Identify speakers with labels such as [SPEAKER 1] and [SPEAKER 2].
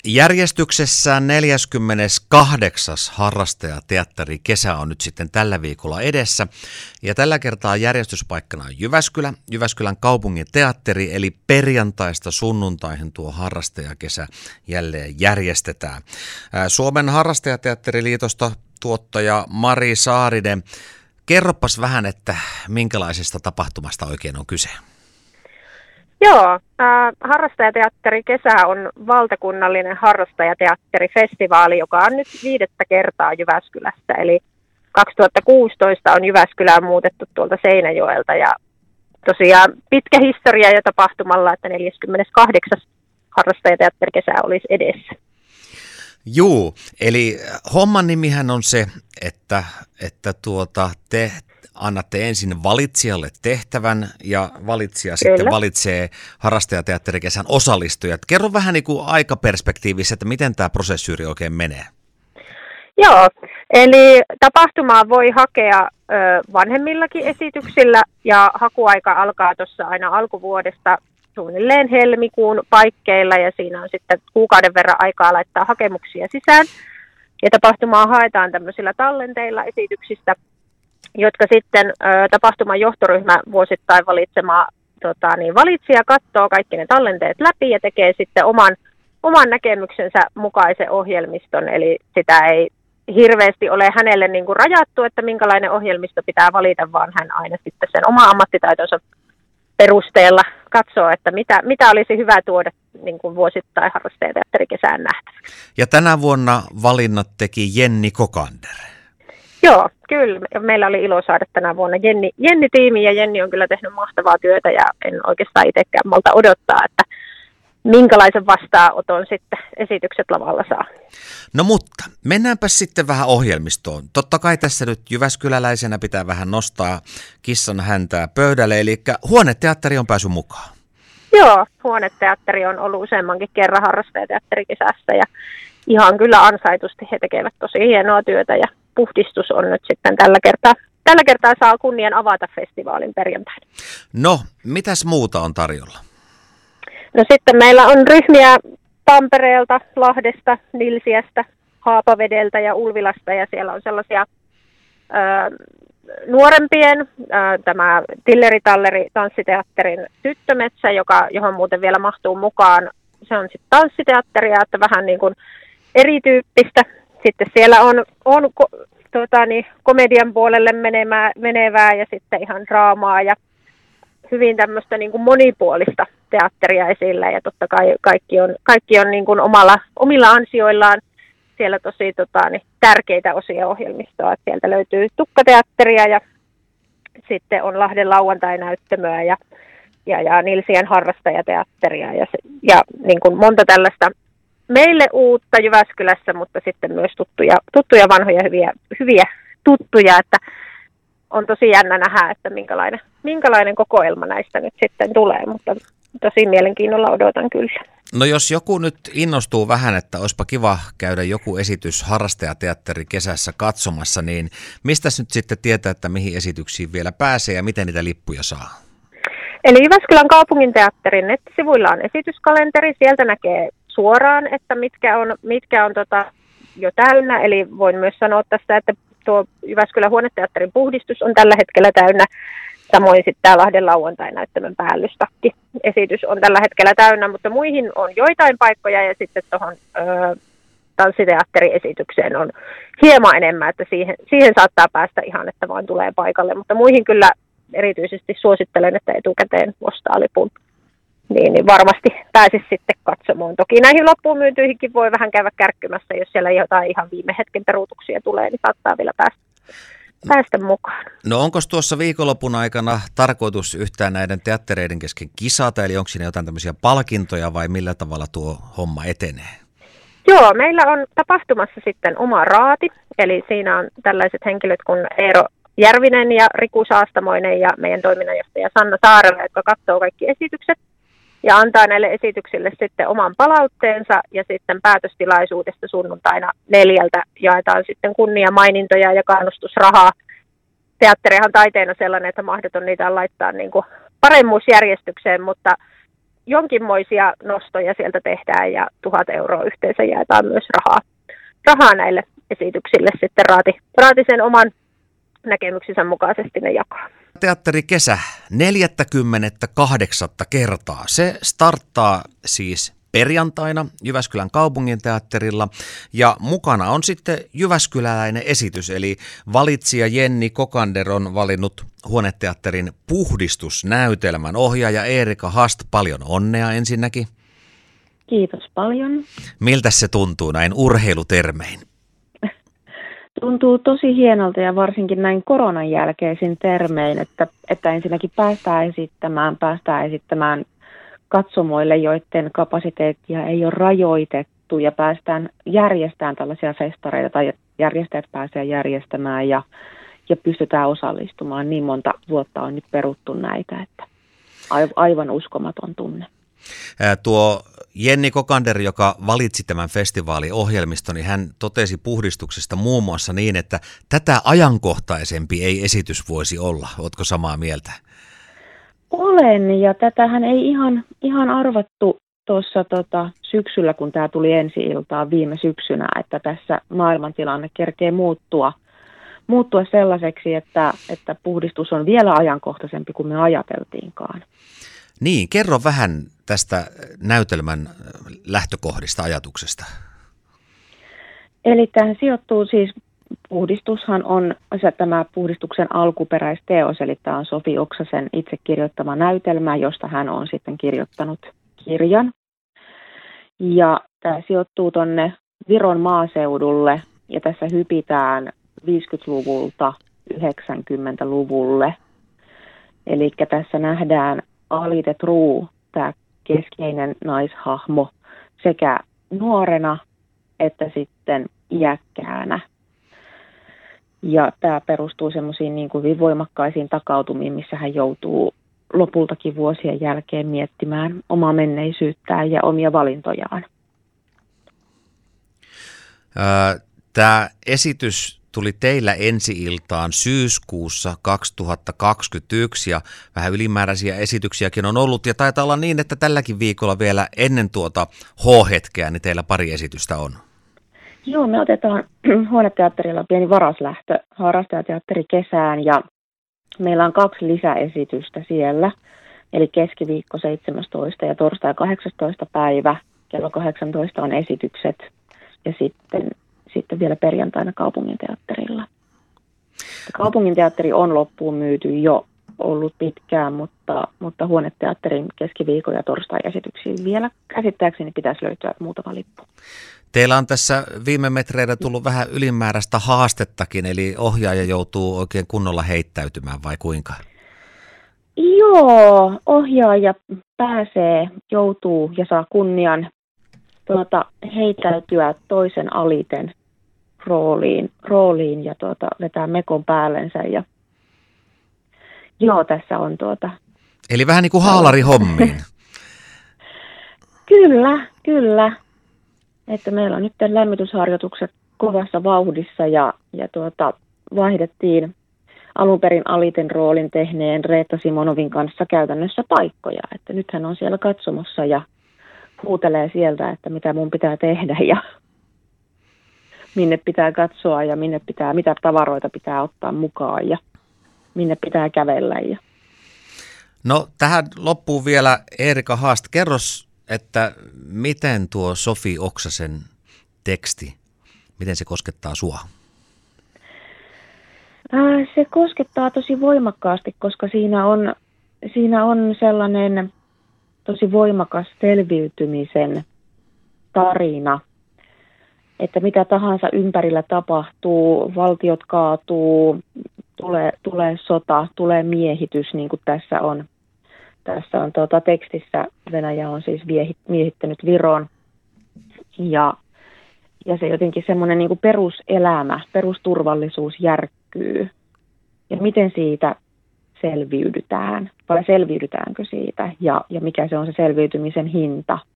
[SPEAKER 1] Järjestyksessä 48. harrastajateatterikesä on nyt sitten tällä viikolla edessä. Ja tällä kertaa järjestyspaikkana on Jyväskylä, Jyväskylän kaupungin teatteri, eli perjantaista sunnuntaihin tuo harrastajakesä jälleen järjestetään. Suomen harrastajateatteriliitosta tuottaja Mari Saarinen, kerropas vähän, että minkälaisesta tapahtumasta oikein on kyse?
[SPEAKER 2] Joo, harrastajateatterikesä on valtakunnallinen harrastajateatterifestivaali, joka on nyt 5. kertaa Jyväskylässä. Eli 2016 on Jyväskylään muutettu tuolta Seinäjoelta ja tosiaan pitkä historia jo tapahtumalla, että 48. harrastajateatterikesä olisi edessä.
[SPEAKER 1] Juu, eli homman nimihän on se, että te annatte ensin valitsijalle tehtävän ja valitsija sitten valitsee harrastajateatterikesän osallistujat. Kerro vähän niin kuin aikaperspektiivissä, että miten tämä prosessyri oikein menee.
[SPEAKER 2] Joo, eli tapahtumaa voi hakea vanhemmillakin esityksillä ja hakuaika alkaa tuossa aina alkuvuodesta suunnilleen helmikuun paikkeilla ja siinä on sitten kuukauden verran aikaa laittaa hakemuksia sisään. Ja tapahtumaa haetaan tämmöisillä tallenteilla esityksistä, jotka sitten tapahtuman johtoryhmä vuosittain valitsema valitsija katsoo kaikki ne tallenteet läpi ja tekee sitten oman näkemyksensä mukaisen ohjelmiston, eli sitä ei hirveästi ole hänelle niin kuin rajattu, että minkälainen ohjelmisto pitää valita, vaan hän aina sitten sen oma ammattitaitonsa perusteella katsoo, että mitä olisi hyvä tuoda niin kuin vuosittain harrastajateatterikesään nähtäväksi.
[SPEAKER 1] Ja tänä vuonna valinnat teki Jenni Kokander.
[SPEAKER 2] Joo, kyllä. Meillä oli ilo saada tänä vuonna Jenni-tiimi ja Jenni on kyllä tehnyt mahtavaa työtä ja en oikeastaan itsekään malta odottaa, että minkälaisen vastaanoton sitten esitykset lavalla saa.
[SPEAKER 1] No mutta mennäänpä sitten vähän ohjelmistoon. Totta kai tässä nyt jyväskyläläisenä pitää vähän nostaa kissan häntää pöydälle, eli Huoneteatteri on päässyt mukaan.
[SPEAKER 2] Joo, Huoneteatteri on ollut useammankin kerran harrastajateatterikesässä ja ihan kyllä ansaitusti he tekevät tosi hienoa työtä ja puhdistus on nyt sitten tällä kertaa saa kunnian avata festivaalin perjantaina.
[SPEAKER 1] No, mitäs muuta on tarjolla?
[SPEAKER 2] No sitten meillä on ryhmiä Tampereelta, Lahdesta, Nilsiästä, Haapavedeltä ja Ulvilasta ja siellä on sellaisia nuorempien, tämä Tilleri-Talleri tanssiteatterin Tyttömetsä, johon muuten vielä mahtuu mukaan. Se on sitten tanssiteatteria, että vähän niin kuin erityyppistä. Sitten siellä on komedian puolelle menevää ja sitten ihan draamaa ja hyvin tämmöistä niin kuin monipuolista teatteria esillä ja totta kai kaikki on niin kuin omilla ansioillaan siellä tosi tärkeitä osia ohjelmistoa. Että sieltä löytyy tukkateatteria ja sitten on Lahden lauantai-näyttämöä ja Nilsien harrastajateatteria ja niin kuin monta tällaista meille uutta Jyväskylässä, mutta sitten myös tuttuja vanhoja hyviä tuttuja, että on tosi jännä nähdä, että minkälainen kokoelma näistä nyt sitten tulee, mutta tosi mielenkiinnolla odotan kyllä.
[SPEAKER 1] No jos joku nyt innostuu vähän, että olisipa kiva käydä joku esitys harrastajateatteri kesässä katsomassa, niin mistä nyt sitten tietää, että mihin esityksiin vielä pääsee ja miten niitä lippuja saa?
[SPEAKER 2] Eli Jyväskylän kaupunginteatterin nettisivuilla on esityskalenteri, sieltä näkee suoraan, että mitkä on jo täynnä, eli voin myös sanoa tästä, että tuo Jyväskylän huoneteatterin puhdistus on tällä hetkellä täynnä, samoin sitten tämä Lahden lauantai-näyttämön päällystakki esitys on tällä hetkellä täynnä, mutta muihin on joitain paikkoja ja sitten tuohon tanssiteatteriesitykseen on hieman enemmän, että siihen saattaa päästä ihan, että vaan tulee paikalle, mutta muihin kyllä erityisesti suosittelen, että etukäteen ostaa lipun. Niin varmasti pääsisi sitten katsomaan. Toki näihin loppuun myytyihinkin voi vähän käydä kärkkymässä, jos siellä jotain ihan viime hetken peruutuksia tulee, niin saattaa vielä päästä mukaan.
[SPEAKER 1] No onko tuossa viikonlopun aikana tarkoitus yhtään näiden teattereiden kesken kisata, eli onko siinä jotain tämmöisiä palkintoja vai millä tavalla tuo homma etenee?
[SPEAKER 2] Joo, meillä on tapahtumassa sitten oma raati, eli siinä on tällaiset henkilöt kuin Eero Järvinen ja Riku Saastamoinen ja meidän toiminnanjohtaja Sanna Saarela, jotka katsoo kaikki esitykset. Ja antaa näille esityksille sitten oman palautteensa ja sitten päätöstilaisuudesta sunnuntaina 4 jaetaan sitten kunniamainintoja ja kannustusrahaa. Teatterihan taiteena sellainen, että mahdoton niitä laittaa niin kuin paremmuusjärjestykseen, mutta jonkinmoisia nostoja sieltä tehdään ja 1000 euroa yhteensä jaetaan myös rahaa näille esityksille sitten Raatisen oman näkemyksensä mukaisesti ne jakaa.
[SPEAKER 1] Teatterikesä 48. kertaa. Se starttaa siis perjantaina Jyväskylän kaupunginteatterilla ja mukana on sitten jyväskyläläinen esitys, eli valitsija Jenni Kokander on valinnut Huoneteatterin puhdistusnäytelmän. Ohjaaja Eerika Hast, paljon onnea ensinnäkin.
[SPEAKER 3] Kiitos paljon.
[SPEAKER 1] Miltä se tuntuu näin urheilutermein?
[SPEAKER 3] Tuntuu tosi hienolta ja varsinkin näin koronan jälkeisin termein, että ensinnäkin päästään esittämään katsomoille, joiden kapasiteettia ei ole rajoitettu ja päästään järjestämään tällaisia festareita tai järjestäjät pääsee järjestämään ja pystytään osallistumaan. Niin monta vuotta on nyt peruttu näitä, että aivan uskomaton tunne.
[SPEAKER 1] Tuo Jenni Kokander, joka valitsi tämän festivaaliohjelmiston, niin hän totesi puhdistuksesta muun muassa niin, että tätä ajankohtaisempi ei esitys voisi olla. Ootko samaa mieltä?
[SPEAKER 3] Olen, ja tätähän ei ihan arvattu tuossa syksyllä, kun tämä tuli ensi-iltaan viime syksynä, että tässä maailmantilanne kerkee muuttua sellaiseksi, että puhdistus on vielä ajankohtaisempi kuin me ajateltiinkaan.
[SPEAKER 1] Niin, kerro vähän tästä näytelmän lähtökohdista, ajatuksesta.
[SPEAKER 3] Eli tähän sijoittuu siis, puhdistushan on tämä puhdistuksen alkuperäisteos, eli tämä on Sofi Oksasen itse kirjoittama näytelmä, josta hän on sitten kirjoittanut kirjan. Ja tämä sijoittuu tuonne Viron maaseudulle, ja tässä hypitään 50-luvulta 90-luvulle. Eli tässä nähdään Alite Truu, tämä keskeinen naishahmo, sekä nuorena että sitten iäkkäänä. Ja tämä perustuu semmoisiin niin kuin hyvin voimakkaisiin takautumiin, missä hän joutuu lopultakin vuosien jälkeen miettimään omaa menneisyyttään ja omia valintojaan.
[SPEAKER 1] Tämä esitys tuli teillä ensi-iltaan syyskuussa 2021 ja vähän ylimääräisiä esityksiäkin on ollut. Ja taitaa olla niin, että tälläkin viikolla vielä ennen tuota H-hetkeä niin teillä pari esitystä on.
[SPEAKER 3] Joo, me otetaan Huoneteatterilla pieni varaslähtö harrastajateatterikesään ja meillä on 2 lisäesitystä siellä. Eli keskiviikko 17 ja torstai 18 päivä, kello 18 on esitykset ja sitten vielä perjantaina kaupunginteatterilla. Kaupunginteatteri on loppuun myyty jo ollut pitkään, mutta Huoneteatterin keskiviikon ja torstai-esityksiin vielä käsittääkseni pitäisi löytyä muutama lippu.
[SPEAKER 1] Teillä on tässä viime metreillä tullut vähän ylimääräistä haastettakin, eli ohjaaja joutuu oikein kunnolla heittäytymään vai kuinka?
[SPEAKER 3] Joo, ohjaaja joutuu ja saa kunnian heitäytyä toisen aliten rooliin ja vetää mekon päällensä. Ja joo, tässä on
[SPEAKER 1] Eli vähän niin kuin haalarihommiin.
[SPEAKER 3] Kyllä. Että meillä on nyt lämmitysharjoitukset kovassa vauhdissa ja vaihdettiin alun perin aliten roolin tehneen Reetta Simonovin kanssa käytännössä paikkoja. Että nyt hän on siellä katsomossa ja huutelee sieltä, että mitä mun pitää tehdä ja minne pitää katsoa ja mitä tavaroita pitää ottaa mukaan ja minne pitää kävellä.
[SPEAKER 1] No tähän loppuun vielä Eerika Haast. Kerros, että miten tuo Sofi Oksasen teksti, miten se koskettaa sua?
[SPEAKER 3] Se koskettaa tosi voimakkaasti, koska siinä on sellainen tosi voimakas selviytymisen tarina, että mitä tahansa ympärillä tapahtuu, valtiot kaatuu, tulee sota, tulee miehitys, niin kuin tässä on tekstissä. Venäjä on siis miehittänyt Viron ja se jotenkin semmoinen niin kuin peruselämä, perusturvallisuus järkkyy. Ja miten siitä selviydytään vai selviydytäänkö siitä ja mikä se on se selviytymisen hinta.